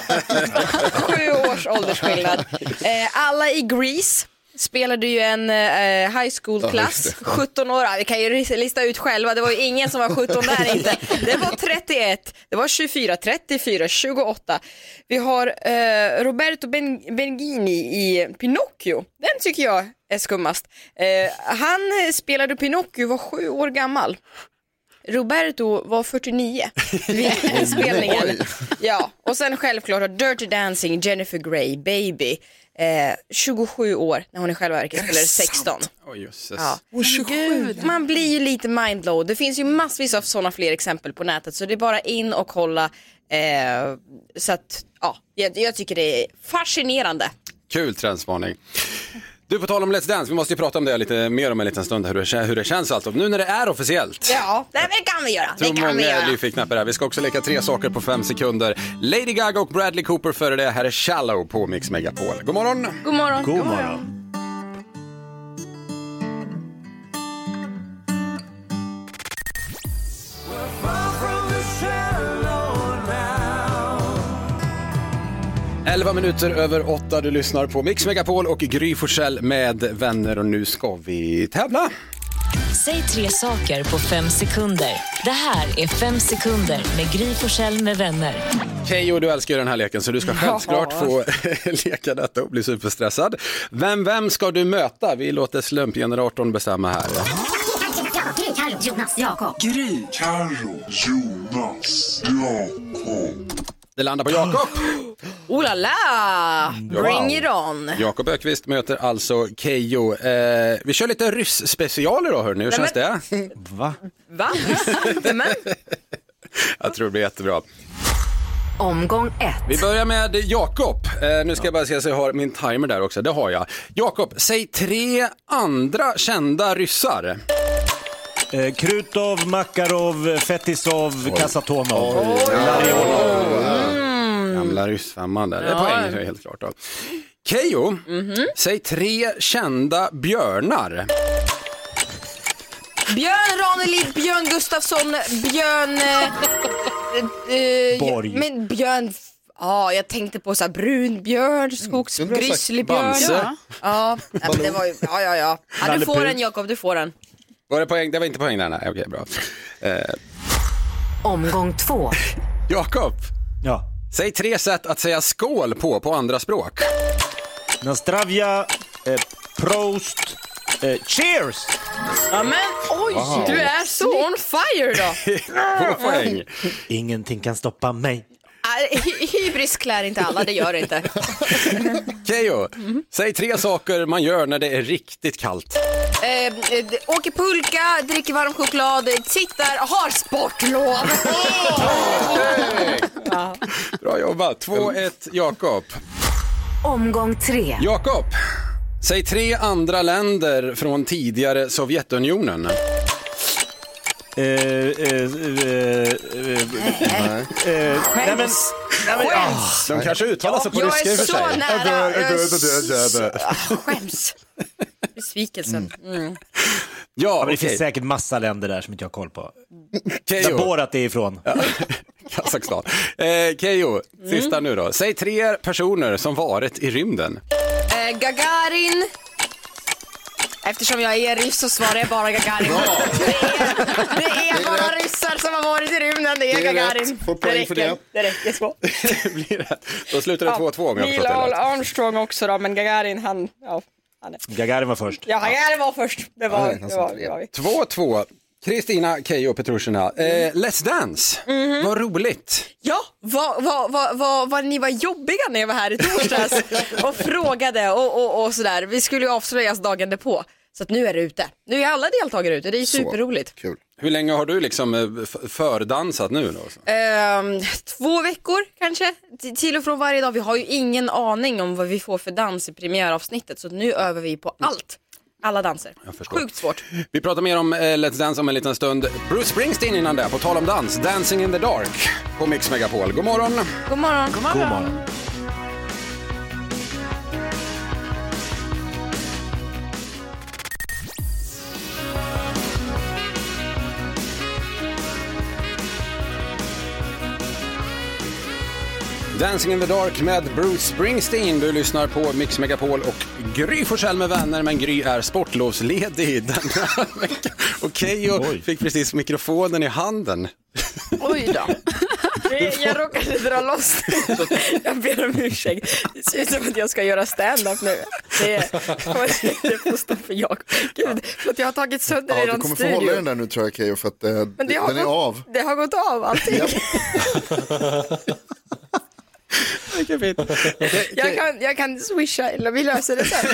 Sju års åldersskillnad. Eh, alla i Grease spelade ju en eh, high school-klass. sjutton år. Vi kan ju lista ut själva. Det var ju ingen som var sjutton där inte. Det var trettioett. Det var tjugofyra, trettiofyra, tjugoåtta. Vi har eh, Roberto ben- Benigni i Pinocchio. Den tycker jag är skummast. Eh, han spelade Pinocchio, var sju år gammal. Roberto var fyrtionio vid inspelningen. Ja, och sen självklart Dirty Dancing, Jennifer Grey, Baby, eh, tjugosju år när hon i själva verket spelade sexton. Oh, Jesus. Ja. Oh, Gud, man blir ju lite mindblown. Det finns ju massvis av sådana fler exempel på nätet, så det är bara in och kolla. Eh, så att, ja, jag, jag tycker det är fascinerande. Kul trendspaning. Du, på tal om Let's Dance, vi måste ju prata om det lite mer om en liten stund, hur det, hur det känns alltså. Nu när det är officiellt. Ja, det kan vi göra. Det kan många vi göra. är nyfikna på det här. Vi ska också leka tre saker på fem sekunder. Lady Gaga och Bradley Cooper före det. Här är Shallow på Mix Megapol. God morgon. God morgon. God morgon. elva minuter över åtta, du lyssnar på Mix Megapol och Gry Forssell med vänner, och nu ska vi tävla. Säg tre saker på fem sekunder. Det här är fem sekunder med Gry Forssell med vänner. Keyyo, du älskar ju den här leken, så du ska självklart få leka detta och bli superstressad. Vem, vem ska du möta? Vi låter slumpgeneratorn bestämma här. Gry, Carro, Jonas, Jakob. Gry, Carro, Jonas, Jakob. Det landar på Jakob. Oh la la! Bring it on! Jakob Ökvist möter alltså Keyyo. Eh, vi kör lite ryss-specialer då, hörni. Hur känns det? Va? Va? Men? Jag tror det blir jättebra. Omgång ett. Vi börjar med Jakob. Eh, nu ska jag bara se så jag har min timer där också. Det har jag. Jakob, säg tre andra kända ryssar. Eh, Krutov, Makarov, Fetisov, Kasatonov. Oj. Mm. Gamla ryssfemman där. Det är Ja. poängen, är helt klart då. Keyyo, Mhm. säg tre kända björnar. Björn Ranelid, Björn Gustafsson, Björn... Eh, eh, Borg. Men Björn... Ja, jag tänkte på så här brunbjörn, skogsbjörn, grizzlybjörn. Bamse. Ja, ja, ja, men det var ju... Ja, ja, ja. ja du får den, Jakob, du får den. Var det poäng? Det var inte poäng där, nej. Okej, bra. Eh, Omgång två. Jakob, Ja. säg tre sätt att säga skål på på andra språk. Nastravia, eh, Prost, eh, Cheers! Ja, men oj, Wow. du är så on fire då. Två poäng. Ingenting kan stoppa mig. Ah, hy- Hybris klär inte alla, det gör det inte. Keyyo, säg tre saker man gör när det är riktigt kallt. Eh, eh, åker pulka, dricker varm choklad, tittar, har sportlov. Ja. Bra jobbat. två ett Jakob. Omgång tre. Jakob, säg tre andra länder från tidigare Sovjetunionen. Eh, eh, eh, Nej. eh, nej, men, nej, men, ah. De kanske uttalar sig på Jag ryska i är och för så sig. nära. Jag är så... Ah, skäms. Besvikelsen. Mm. Ja, men det okej. finns säkert massa länder där som inte jag har koll på. Keyyo. Där Borat är ifrån. Ja. Kazakstan. Eh, Keyyo, sista Mm. nu då. Säg tre personer som varit i rymden. Eh, Gagarin. Eftersom jag är ryss så svarar jag bara Gagarin. Det är, det är bara ryssar som har varit i rymden. Det är, Det är Gagarin. rätt. Får poäng det för räcker. det. Det räcker så. Det blir rätt. Då slutar det två två om jag har Neil förstått det rätt. Armstrong också då, men Gagarin han... Ja, han är. Gagarin var först. Ja, Gagarin var först. Det var, Ja, det var, det var vi. två två. Kristina, Keyyo och Petrushina. Eh, Let's Dance. Mhm. Vad roligt. Ja, vad, vad, vad, vad, vad ni var jobbiga när jag var här i torsdags och frågade och, och, och sådär. Vi skulle ju avslöjas dagen därpå. Så att nu är det ute. Nu är alla deltagare ute. Det är superroligt. Kul. Hur länge har du liksom eh, f- fördansat nu då? Ehm, två veckor kanske. T- till och från varje dag. Vi har ju ingen aning om vad vi får för dans i premiäravsnittet. Så nu övar vi på allt. Alla danser. Sjukt svårt. Vi pratar mer om eh, Let's Dance om en liten stund. Bruce Springsteen innan det, på tal om dans. Dancing in the dark på Mix Megapol. God morgon. God morgon. God morgon. God morgon. Dancing in the dark med Bruce Springsteen. Du lyssnar på Mix Megapol och Gry Forssell med vänner, men Gry är sportlovsledig denna vecka. Och Keyyo fick precis mikrofonen i handen. Oj då. Jag råkade dra loss. Jag ber om ursäkt. Det ser ut som att jag ska göra stand-up nu. Det är, det får stå för jag. Gud, för att jag har tagit sönder Ja, i du någon kommer få studio. hålla den där nu tror jag, Keyyo, för att eh, Men det den har är gått, av. Det har gått av allting. Jag kan, jag kan swisha eller vi löser det sen.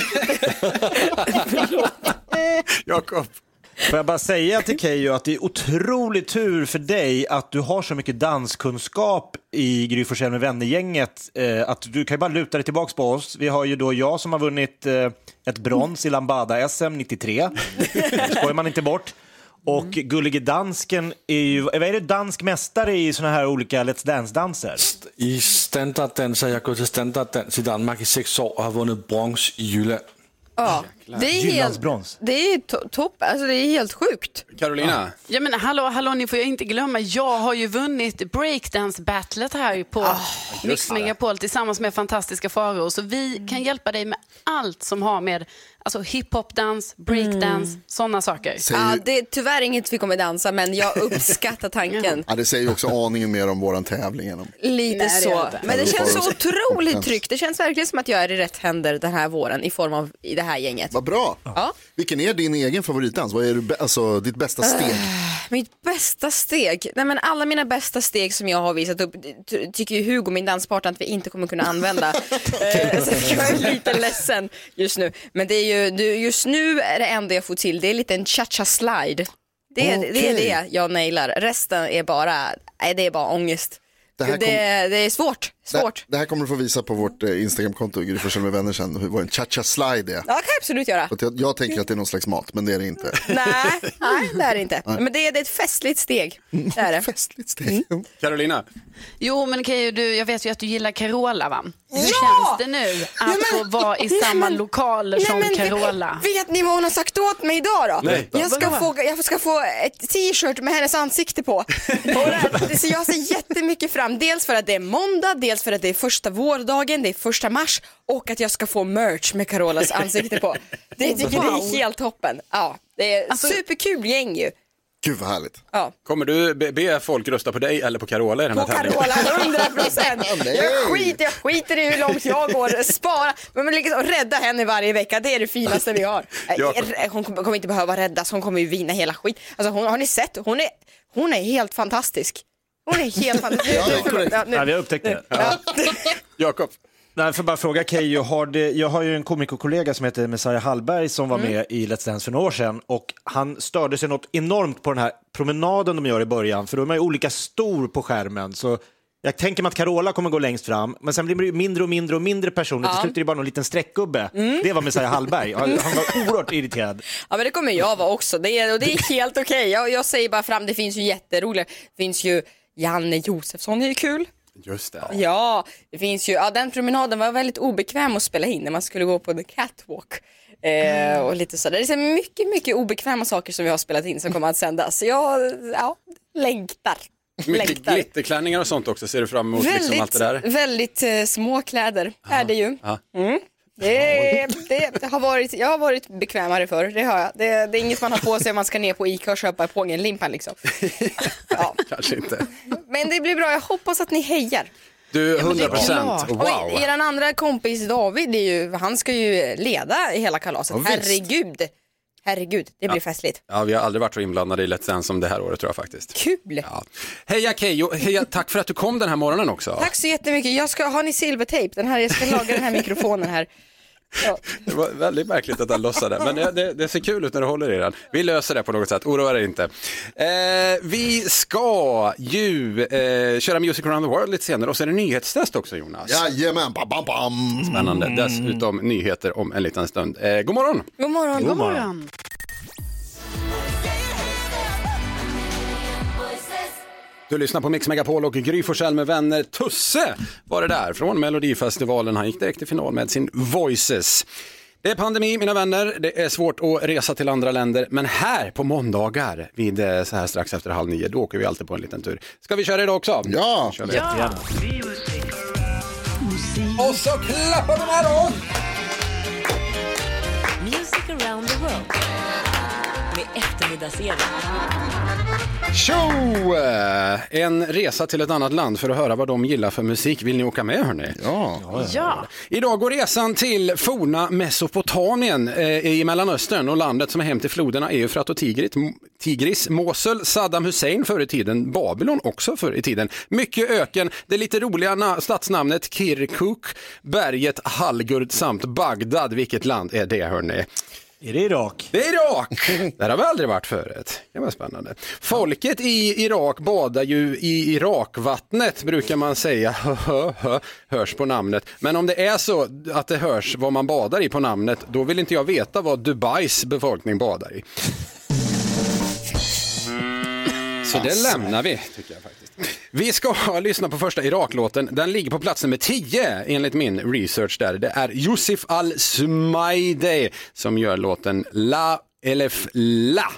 Jakob. Får jag bara säga till Keyyo att det är otroligt tur för dig att du har så mycket danskunskap i Gry Forssell med vännergänget, eh, att du kan ju bara luta dig tillbaks på oss. Vi har ju då jag som har vunnit eh, ett brons i Lambada-S M nittiotre. Det skojar man inte bort. Och mm. Gullige Dansken är ju, vad är det, dansk mästare i såna här olika Let's Dance-danser? I standarddanser, jag har gått till standarddans i Danmark i sex år och har vunnit brons i Jylland. Ja, det är helt, det är to- topp, alltså det är helt sjukt. Carolina. Ja men hallå, hallå, ni får ju inte glömma, jag har ju vunnit breakdance-battlet här på Ah, Mix Megapol tillsammans med fantastiska Farao. Så vi kan hjälpa dig med allt som har med alltså hiphop-dans, breakdance, mm. sådana saker. Ja, det är tyvärr inget vi kommer dansa, men jag uppskattar tanken. Ja, det säger ju också aningen mer om våran tävling. Lite Nej, så. det Men det känns så får- otroligt tryggt. Det känns verkligen som att jag är i rätt händer den här våren i form av i det här gänget. Vad bra. Ja. Vilken är din egen favoritdans? Vad är du, bä- alltså, ditt bästa steg? Mitt bästa steg? Nej, men alla mina bästa steg som jag har visat upp ty- tycker ju Hugo, min danspartner, att vi inte kommer kunna använda. Eh, så jag är lite ledsen just nu. Men det är ju, du, just nu är det enda jag får till, det är lite en cha-cha slide. Det är, Okej. det är det jag nailar. Resten är bara, nej, det är bara ångest. Det Det, här kom- det, är svårt. svårt. Det, det här kommer du få visa på vårt eh, Instagramkonto, Gry Forssell med vänner sen, hur- vad en cha-cha slide är. Ja, kan jag absolut göra. Så att jag, jag tänker att det är någon slags mat, men det är det inte. Nej, nej, det är det inte. Men det är, det är ett festligt steg. Det är det. Festligt steg. Carolina. Jo men Keyyo, du, jag vet ju att du gillar Carola, va? Hur Ja! känns det nu att Ja, men- få vara i Nej, samma men- lokaler Nej, som men Carola? Vet ni vad hon har sagt åt mig idag då? Nej. Jag ska, Vadå? få, jag ska få ett t-shirt med hennes ansikte på. Och det, så jag ser jättemycket fram. Dels för att det är måndag, dels för att det är första vårdagen, det är första mars. Och att jag ska få merch med Carolas ansikte på. Det tycker jag är helt toppen. Ja, det är Alltså- superkul gäng ju. Gud vad härligt. Ja. Kommer du be, be folk rösta på dig eller på Carola i den här På tävlingen? Carola, hundra procent. nej. Jag skiter, jag skiter i hur långt jag går. Spara, men liksom rädda henne varje vecka. Det är det finaste vi har. Jakob. Hon kommer kommer inte behöva räddas. Hon kommer ju vinna hela skit. Alltså hon, har ni sett? Hon är, hon är helt fantastisk. Hon är helt fantastisk. Ja, det är korrekt. Ja, nu- Ja, vi har upptäckt det. Ja. Jakob. Nej, för bara fråga Keyyo, har det, jag har ju en komikerkollega som heter Messiah Hallberg som var Mm. med i Let's Dance för några år sedan och han störde sig något enormt på den här promenaden de gör i början, för de är ju olika stor på skärmen, så Jag tänker mig att Carola kommer gå längst fram, men sen blir det mindre och mindre och mindre personer. Ja. Till slut är det bara någon liten streckgubbe. Mm. Det var Messiah Hallberg. Han han var oerhört irriterad. Ja, men det kommer jag vara också. Det är, och det är helt okej. Okay. Jag, jag säger bara fram, det finns ju jätteroliga. Det finns ju Janne Josefsson, är ju kul. Just det. Ja, det finns ju, ja, den promenaden var väldigt obekväm att spela in när man skulle gå på the catwalk. Eh, och lite så. Det är så mycket, mycket obekväma saker som vi har spelat in som kommer att sändas. Jag ja, längtar. Mycket längtar. glitterklänningar och sånt också, ser du fram emot Väldigt, liksom allt det där? väldigt eh, små kläder är det ju. Ja. Mm. Det, det, det har varit, jag har varit bekvämare för, det har jag. Det, det är inget man har på sig om man ska ner på Ica och köpa pångenlimpan liksom. Ja. Kanske inte. Men det blir bra, jag hoppas att ni hejar. Du, hundra procent. Wow. Och er andra kompis David, det är ju, han ska ju leda hela kalaset. Ja, herregud. Herregud, det blir ja. festligt. Ja, vi har aldrig varit så inblandade i Let's Dance som det här året, tror jag faktiskt. Kul! Ja. Heja Keyyo, heja, tack för att du kom den här morgonen också. Tack så jättemycket. Jag ska, har ni silvertejp? Den här, jag ska laga den här mikrofonen här. Ja. Det var väldigt märkligt att han lossade, men det, det, det ser kul ut när du håller i den. Vi löser det på något sätt, oroa dig inte. Eh, vi ska ju eh, köra Music Around the World lite senare och så är det nyhetstest också, Jonas. Jajamän, bam, bam, bam. Spännande, dessutom nyheter om en liten stund. Eh, god morgon! God morgon, god god morgon. morgon. Du lyssnar på Mix Megapol och Gry Forssell med vänner. Tusse var det där från Melodifestivalen. Han gick direkt till final med sin Voices. Det är pandemi, mina vänner. Det är svårt att resa till andra länder. Men här på måndagar vid så här strax efter halv nio, då åker vi alltid på en liten tur. Ska vi köra idag också? Ja! Kör vi. Ja. Och så klappar vi med då! Music around the world med eftermiddagsserie. Tjo! En resa till ett annat land för att höra vad de gillar för musik. Vill ni åka med, hörni? Ja. Ja. Idag går resan till forna Mesopotamien eh, i Mellanöstern, och landet som är hem till floderna är Eufrat och Tigris, Tigris, Mosul, Saddam Hussein förr i tiden, Babylon också förr i tiden. Mycket öken, det lite roliga na- stadsnamnet Kirkuk, berget Hallgurd samt Bagdad. Vilket land är det, hörni? Är det Irak? Det är Irak! Där har vi aldrig varit förut. Det var spännande. Folket i Irak badar ju i Irakvattnet, brukar man säga. Hörs på namnet. Men om det är så att det hörs vad man badar i på namnet, då vill inte jag veta vad Dubais befolkning badar i. Så det lämnar vi, tycker jag faktiskt. Vi ska lyssna på första Irak-låten. Den ligger på plats nummer tio enligt min research där. Det är Yusuf Al-Sumaide som gör låten La Elef La.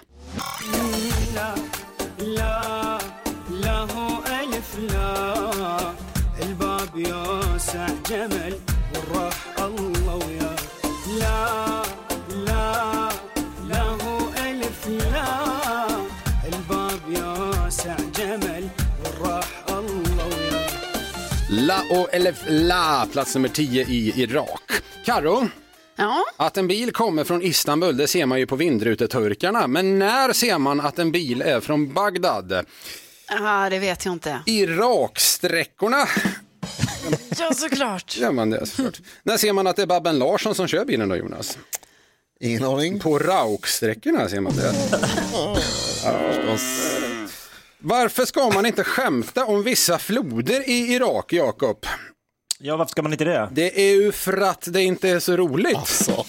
La och Elef La, plats nummer tio i Irak. Karo, ja? Att en bil kommer från Istanbul, det ser man ju på vindruteturkarna. Men när ser man att en bil är från Bagdad? Ja, det vet jag inte. Iraksträckorna. Ja, såklart. Ja, man det, såklart. När ser man att det är Babben Larsson som kör bilen då, Jonas? Ingen aning. På Rauksträckorna ser man det. Ja. Varför ska man inte skämta om vissa floder i Irak, Jakob? Ja, varför ska man inte det? Det är ju för att det inte är så roligt. Alltså.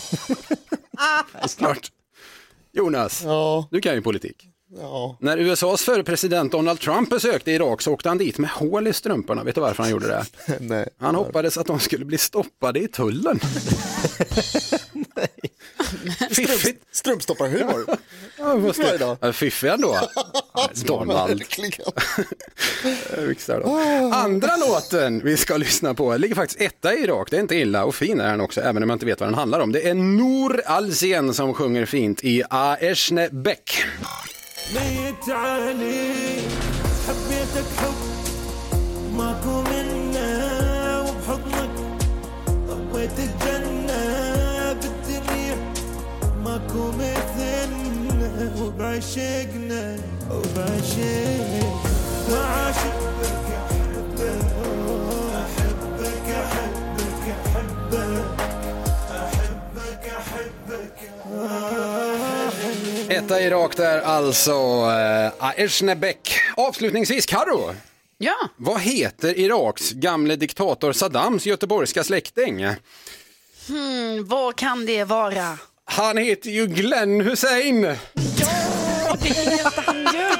Snart. Jonas, ja. Du kan ju politik. Ja. När U S A:s förre president Donald Trump besökte Irak så åkte han dit med hål i strumporna. Vet du varför han gjorde det? Nej. Han hoppades att de skulle bli stoppade i tullen. Nej. Fiffigt. Strumpstoppar, hur var det? Ja, måste... ja, fiffig ändå. Donald. Andra låten vi ska lyssna på ligger faktiskt etta i Irak. Det är inte illa, och fin är den också, även om jag inte vet vad den handlar om. Det är Nour Alsen som sjunger fint i Aeshne Bek. ماكو مثلنا وبعشقنا وبعشق وعاشقك أحبك أحبك أحبك أحبك أحبك أحبك Etta i Irak där alltså, uh, Aeshne Bek. Avslutningsvis, Karo. Ja. Vad heter Iraks gamle diktator Saddams göteborgska släkting? Hmm, vad kan det vara? Han heter ju Glenn Hussein. Ja, det heter han ju.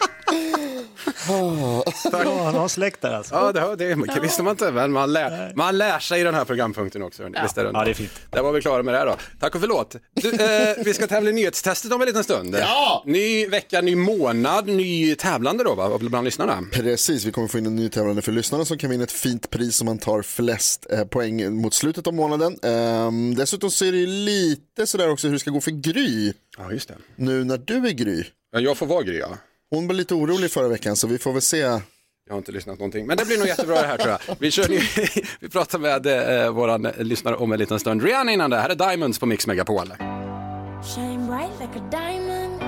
Ja, han har släkt där alltså. Ja, det, det, det visste man inte, men man lär, man lär sig i den här programpunkten också. Ja, Visst är det, ja, det är fint. Där var vi klara med det här då. Tack och förlåt. Du, eh, vi ska tävla i nyhetstestet om en liten stund. Ja! Ny vecka, ny månad, ny tävlande då, va? Bland lyssnarna. Precis, vi kommer få in en ny tävlande för lyssnarna som kan vinna ett fint pris om man tar flest eh, poäng mot slutet av månaden. Ehm, dessutom så är det lite sådär också hur det ska gå för Gry. Ja, just det. Nu när du är Gry. Ja, jag får vara Gry, ja. Hon var lite orolig förra veckan så vi får väl se. Jag har inte lyssnat någonting, men det blir nog jättebra det här tror jag. Vi, kör nu, vi pratar med eh, våran lyssnare om en liten stund. Rihanna innan det, här är Diamonds på Mix Megapol. Shine bright like a diamond.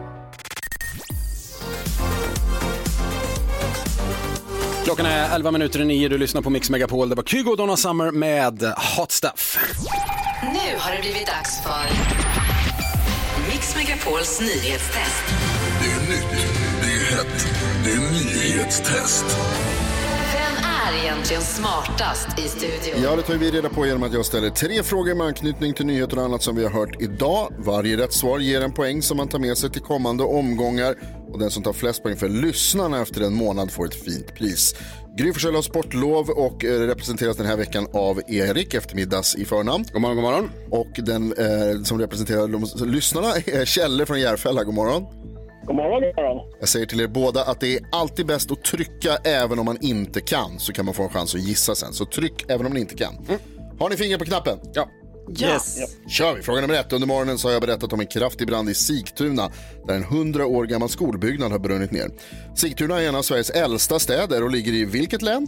Klockan är elva minuter i nio, du lyssnar på Mix Megapol. Det var Kygo och Donna Summer med Hot Stuff. Nu har det blivit dags för Mix Megapols nyhetstest. Det är nytt, det är hett, det är nyhetstest. Vem är egentligen smartast i studion? Ja, det tar vi reda på genom att jag ställer tre frågor med anknytning till nyheter och annat som vi har hört idag. Varje rätt svar ger en poäng som man tar med sig till kommande omgångar. Och den som tar flest poäng för lyssnarna efter en månad får ett fint pris. Gry Forssell har sportlov och representeras den här veckan av Erik eftermiddags i förnamn. God morgon, god morgon. Och den eh, som representerar de, lyssnarna är Kjelle från Järfälla. God morgon. God morgon, god morgon. Jag säger till er båda att det är alltid bäst att trycka även om man inte kan. Så kan man få en chans att gissa sen. Så tryck även om ni inte kan. Mm. Har ni finger på knappen? Ja. Yes. Ja. Kör vi. Fråga nummer ett. Under morgonen så har jag berättat om en kraftig brand i Sigtuna där en hundra år gammal skolbyggnad har brunnit ner. Sigtuna är en av Sveriges äldsta städer och ligger i vilket län?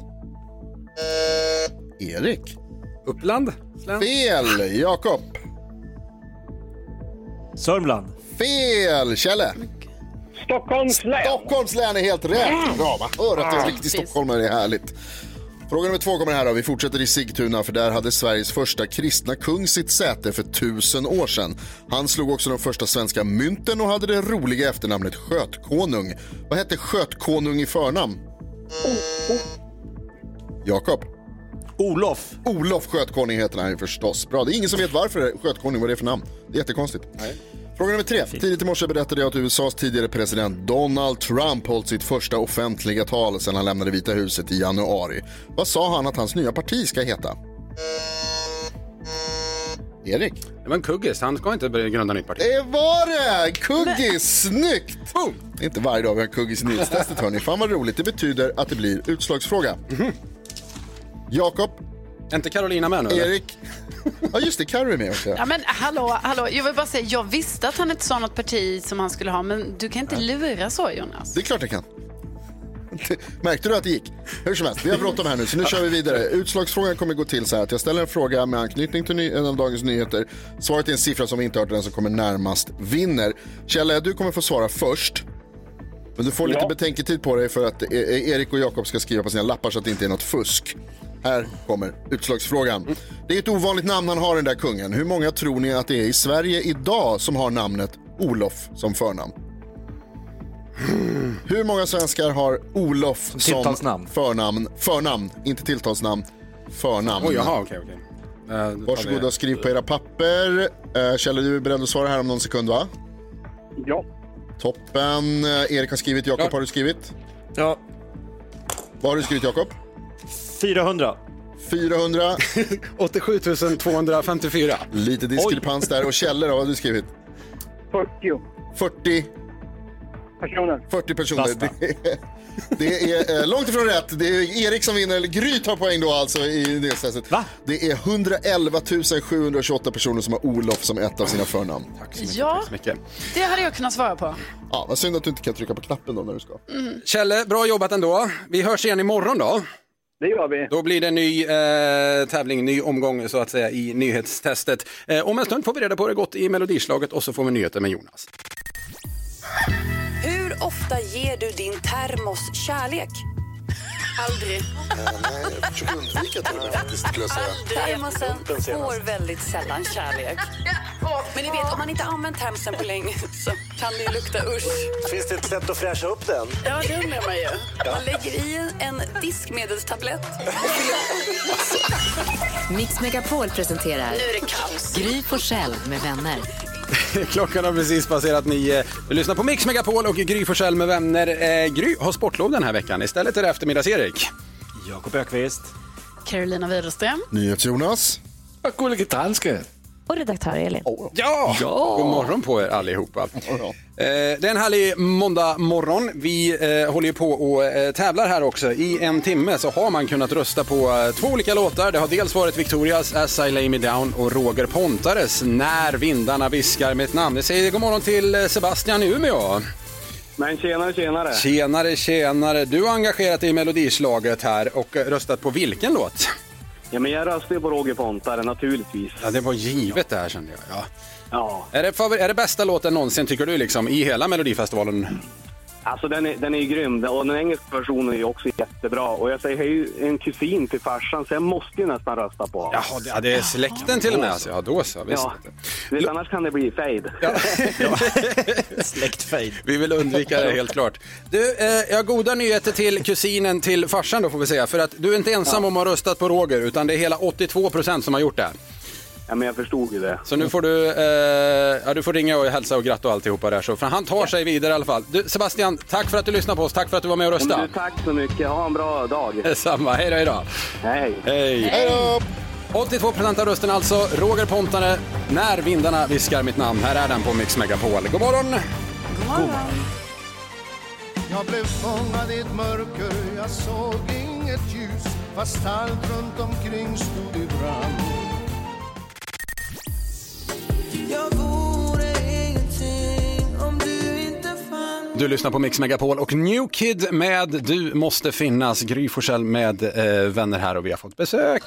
Erik. Uppland. Län. Fel. Jakob. Sörmland. Fel. Kjelle. Stockholms län. Stockholms län är helt rätt. Bra, man hör att det är en riktig stockholmare, det är härligt. Fråga nummer två kommer här då. Vi fortsätter i Sigtuna för där hade Sveriges första kristna kung sitt säte för tusen år sedan. Han slog också de första svenska mynten och hade det roliga efternamnet Skötkonung. Vad hette Skötkonung i förnamn? Jakob. Olof. Olof Skötkonung heter han förstås. Bra, det är ingen som vet varför Skötkonung var det för namn. Det är jättekonstigt. Nej. Fråga nummer tre. Tidigt i morse berättade jag att U S A:s tidigare president Donald Trump hållit sitt första offentliga tal sedan han lämnade Vita huset i januari. Vad sa han att hans nya parti ska heta? Erik? Det var en kuggis, han ska inte grunda nytt parti. Det var det! Kuggis, snyggt! Oh. Det är inte varje dag vi har kuggis i nyhetstestet, hörni. Fan vad roligt, det betyder att det blir utslagsfråga. Mm-hmm. Jakob? Inte Carolina med nu? Erik? Ja just det, Carrie är med också. Ja men hallå, hallå, jag vill bara säga, jag visste att han inte sa något parti som han skulle ha, men du kan inte lura så, Jonas. Det är klart jag kan. Märkte du att det gick? Hur som helst, vi har bråttom här nu så nu kör vi vidare. Utslagsfrågan kommer gå till så här att jag ställer en fråga med anknytning till ny- en av dagens nyheter. Svaret är en siffra som vi inte hört, den som kommer närmast vinner. Kjelle, du kommer få svara först. Men du får lite ja. betänketid på dig för att Erik och Jakob ska skriva på sina lappar så att det inte är något fusk. Här kommer utslagsfrågan. Det är ett ovanligt namn han har, den där kungen. Hur många tror ni att det är i Sverige idag som har namnet Olof som förnamn? Hur många svenskar har Olof som förnamn? Förnamn, inte tilltalsnamn. Förnamn. Oj, jaha, okej, okej. Uh, Varsågoda och skriv på era papper. Uh, Kjell, du är beredd att svara här om någon sekund, va? Ja. Toppen. Uh, Erik har skrivit. Jakob, ja. Har du skrivit? Ja. Vad har du skrivit, Jakob? fyrahundra. fyrahundra. åttiosju tusen tvåhundrafemtiofyra. Lite diskrepans där. Och Kjell, vad har du skrivit? fyrtio. fyrtio. Personer. fyrtio personer. Det är, det är eh, långt ifrån rätt. Det är Erik som vinner. Gry tar poäng då alltså i det sättet. Va? Det är hundraelva tusen sjuhundratjugoåtta personer som har Olof som ett av sina förnamn. Tack så mycket. Ja, tack så mycket. Det hade jag kunnat svara på. Ja, vad synd att du inte kan trycka på knappen då när du ska. Mm. Kjelle, bra jobbat ändå. Vi hörs igen imorgon då. Det gör vi. Då blir det en ny eh, tävling, ny omgång så att säga i nyhetstestet. Eh, om en stund får vi reda på det gott i melodislaget och så får vi nyheter med Jonas. Hur ofta ger du din termos kärlek? Aldrig. Nej, jag försöker undvika till och med faktiskt, skulle jag säga. Termosen får väldigt sällan kärlek. Men ni vet, om man inte använt termosen på länge så kan det ju lukta usch. Finns det ett sätt att fräscha upp den? Ja, det undrar man ju. Man lägger i en diskmedelstablett. Mix Megapol presenterar Nu är det kaos. Gry Forssell med vänner. Klockan har precis passerat nio. Vi lyssnar på Mix Megapol och Gry Forssell med vänner. Eh, Gry har sportlov den här veckan. Istället är det eftermiddags-Erik. Jakob Ökvist. Carolina Widerström. NyhetsJonas. Och gullige dansken. Och redaktör Elin. Ja! Ja! God morgon på er allihopa. Eh, det är en härlig måndag morgon. Vi eh, håller ju på och eh, tävlar här också. I en timme så har man kunnat rösta på eh, två olika låtar. Det har dels varit Victorias As I Lay Me Down och Roger Pontares När vindarna viskar mitt namn. Jag säger god morgon till eh, Sebastian i Umeå. Men tjenare, tjenare. Tjenare, tjenare. Du har engagerat dig i melodislaget här och eh, röstat på vilken låt? Ja, men jag röstade på Roger Pontare, naturligtvis. Ja, det var givet det här, kände jag. Ja. Ja. Är det, favor- är det bästa låten någonsin, tycker du, liksom, i hela Melodifestivalen? Alltså, den är, den är ju grym. Och den engelska versionen är ju också jättebra. Och jag säger, jag är ju en kusin till farsan, så jag måste ju nästan rösta på. Jaha, det, ja, det är släkten till och med. Alltså. Ja, då så. Visst. Ja. Vet, annars kan det bli fade. Ja. Släktfejd. Vi vill undvika det, helt klart. Du, eh, jag har goda nyheter till kusinen till farsan då, får vi säga. För att du är inte ensam ja. om att ha röstat på Roger, utan det är hela åttiotvå procent som har gjort det. Ja, men jag förstod ju det. Så nu får du, eh, ja, du får ringa och hälsa och gratta och alltihopa där. Så, för han tar sig vidare i alla fall. Du, Sebastian, tack för att du lyssnade på oss. Tack för att du var med och röstade. Du, tack så mycket. Ha en bra dag. Detsamma. Hej då, hej då. Hej. Hej. Hej då. åttiotvå procent av rösten alltså. Roger Pontare, När vindarna viskar mitt namn. Här är den på Mix Megapol. God morgon. God morgon. Jag blev fångad i ett mörker, jag såg inget ljus, fast allt runt omkring stod i brand. Jag vore ingenting om du inte fann. Du lyssnar på Mix Megapol och New Kid med Du måste finnas. Gry Forssell med eh, vänner här och vi har fått besök.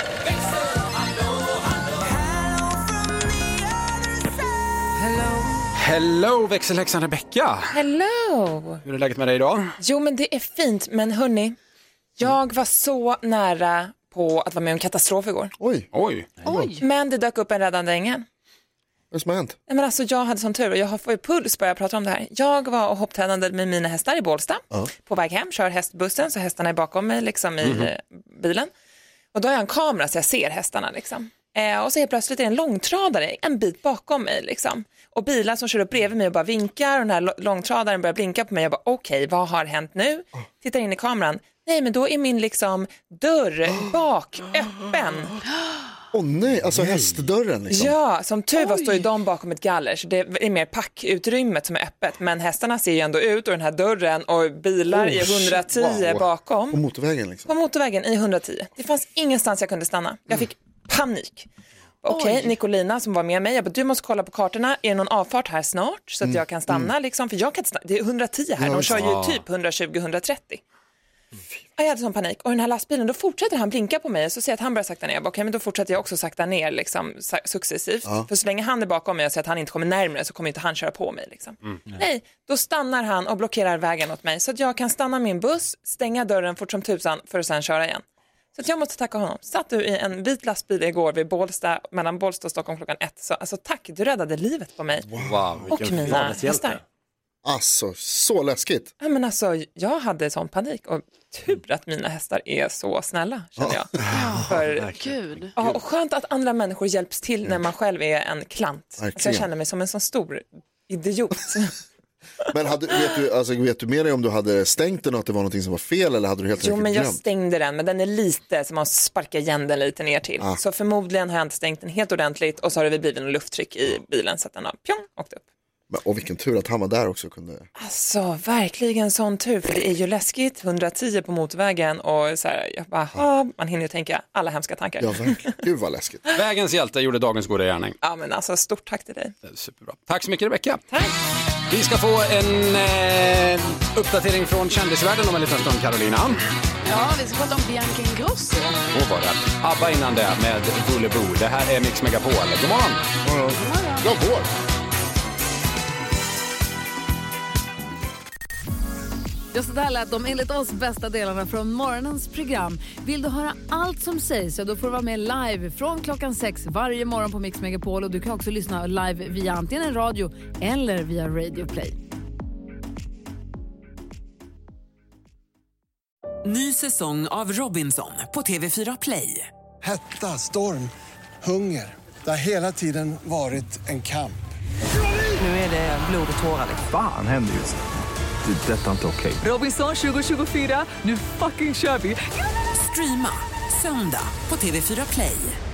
Hello, växelhäxan Rebecca. Hello. Hur är läget med dig idag? Jo, men det är fint. Men hörni, jag var så nära på att vara med om katastrof igår. Oj. Oj. Oj. Men det dök upp en räddande ängel. Vad som har hänt? Men alltså, jag hade sån tur och jag har fått puls bara jag pratar om det här. Jag var och hopptränade med mina hästar i Bålsta. Uh. På väg hem, kör hästbussen så hästarna är bakom mig liksom i mm-hmm. bilen. Och då har jag en kamera så jag ser hästarna liksom. Eh, och så helt plötsligt är det en långtradare en bit bakom mig liksom. Och bilar som kör upp bredvid mig och bara vinkar. Och den här långtradaren börjar blinka på mig. Jag bara okej, okay, vad har hänt nu? Tittar in i kameran. Nej, men då är min liksom dörr bak öppen. Åh oh, nej, alltså nej. Hästdörren liksom. Ja, som tur var står ju de bakom ett galler. Så det är mer packutrymmet som är öppet. Men hästarna ser ju ändå ut ur den här dörren. Och bilar oh, i hundratio wow. bakom. På motorvägen liksom. På motorvägen i hundratio. Det fanns ingenstans jag kunde stanna. Jag fick panik. Okej, okay, Nicolina som var med mig, jag bara, du måste kolla på kartorna, är det någon avfart här snart så att mm. jag kan stanna mm. liksom, för jag kan inte stanna, det är hundratio här, ja, de kör ju typ hundratjugo till hundratrettio. Mm. Jag hade sån panik och den här lastbilen, då fortsätter han blinka på mig och så ser jag att han börjar sakta ner, jag bara, okej okay, men då fortsätter jag också sakta ner liksom, successivt, ja. För så länge han är bakom mig och ser att han inte kommer närmare så kommer inte han köra på mig liksom. Mm. Nej, då stannar han och blockerar vägen åt mig så att jag kan stanna min buss, stänga dörren fort som tusan för att sen köra igen. Så att jag måste tacka honom. Satt du i en vit lastbil igår vid Bålsta, mellan Bålsta och Stockholm klockan ett. Så alltså tack, du räddade livet på mig. Wow, och mina hästar. Alltså, så läskigt. Ja, men alltså, jag hade sån panik. Och tur att mina hästar är så snälla, känner jag. Ja, För, Gud. Ja, och skönt att andra människor hjälps till när man själv är en klant. Så jag känner mig som en sån stor idiot. Men hade, vet, du, alltså, vet du med dig om du hade stängt den och att det var något som var fel eller hade du helt Jo, men jag glömt? stängde den, men den är lite som man sparkar igen den lite ner till. Ah. Så förmodligen har jag inte stängt den helt ordentligt och så har det blivit en lufttryck i bilen så att den har pjong, åkt upp. Men, och vilken tur att han var där också kunde... Alltså, verkligen sån tur, för det är ju läskigt, hundratio på motorvägen och så här, jag bara, ah. man hinner ju tänka alla hemska tankar. Ja, verkligen. Gud vad läskigt. Vägens hjälte gjorde dagens goda gärning. Ja, men alltså, stort tack till dig. Det är superbra. Tack så mycket, Rebecca. Tack. Vi ska få en eh, uppdatering från kändisvärlden om en liten stund, Carolina. Ja, vi ska prata om Bianca Ingrosso. Och var det ABBA innan det med Voulez-vous. Det här är Mix Megapol. God morgon. God morgon. God morgon. Ja, så där lät de enligt oss bästa delarna från morgonens program. Vill du höra allt som sägs så då får du vara med live från klockan sex varje morgon på Mix Megapol. Och du kan också lyssna live via antingen en radio eller via Radio Play. Ny säsong av Robinson på T V fyra Play. Hetta, storm, hunger. Det har hela tiden varit en kamp. Nu är det blod och tårar. Fan händer just det. Det är detta inte okej. Robinson tjugo tjugofyra, nu fucking kör vi. Streama söndag på T V fyra Play.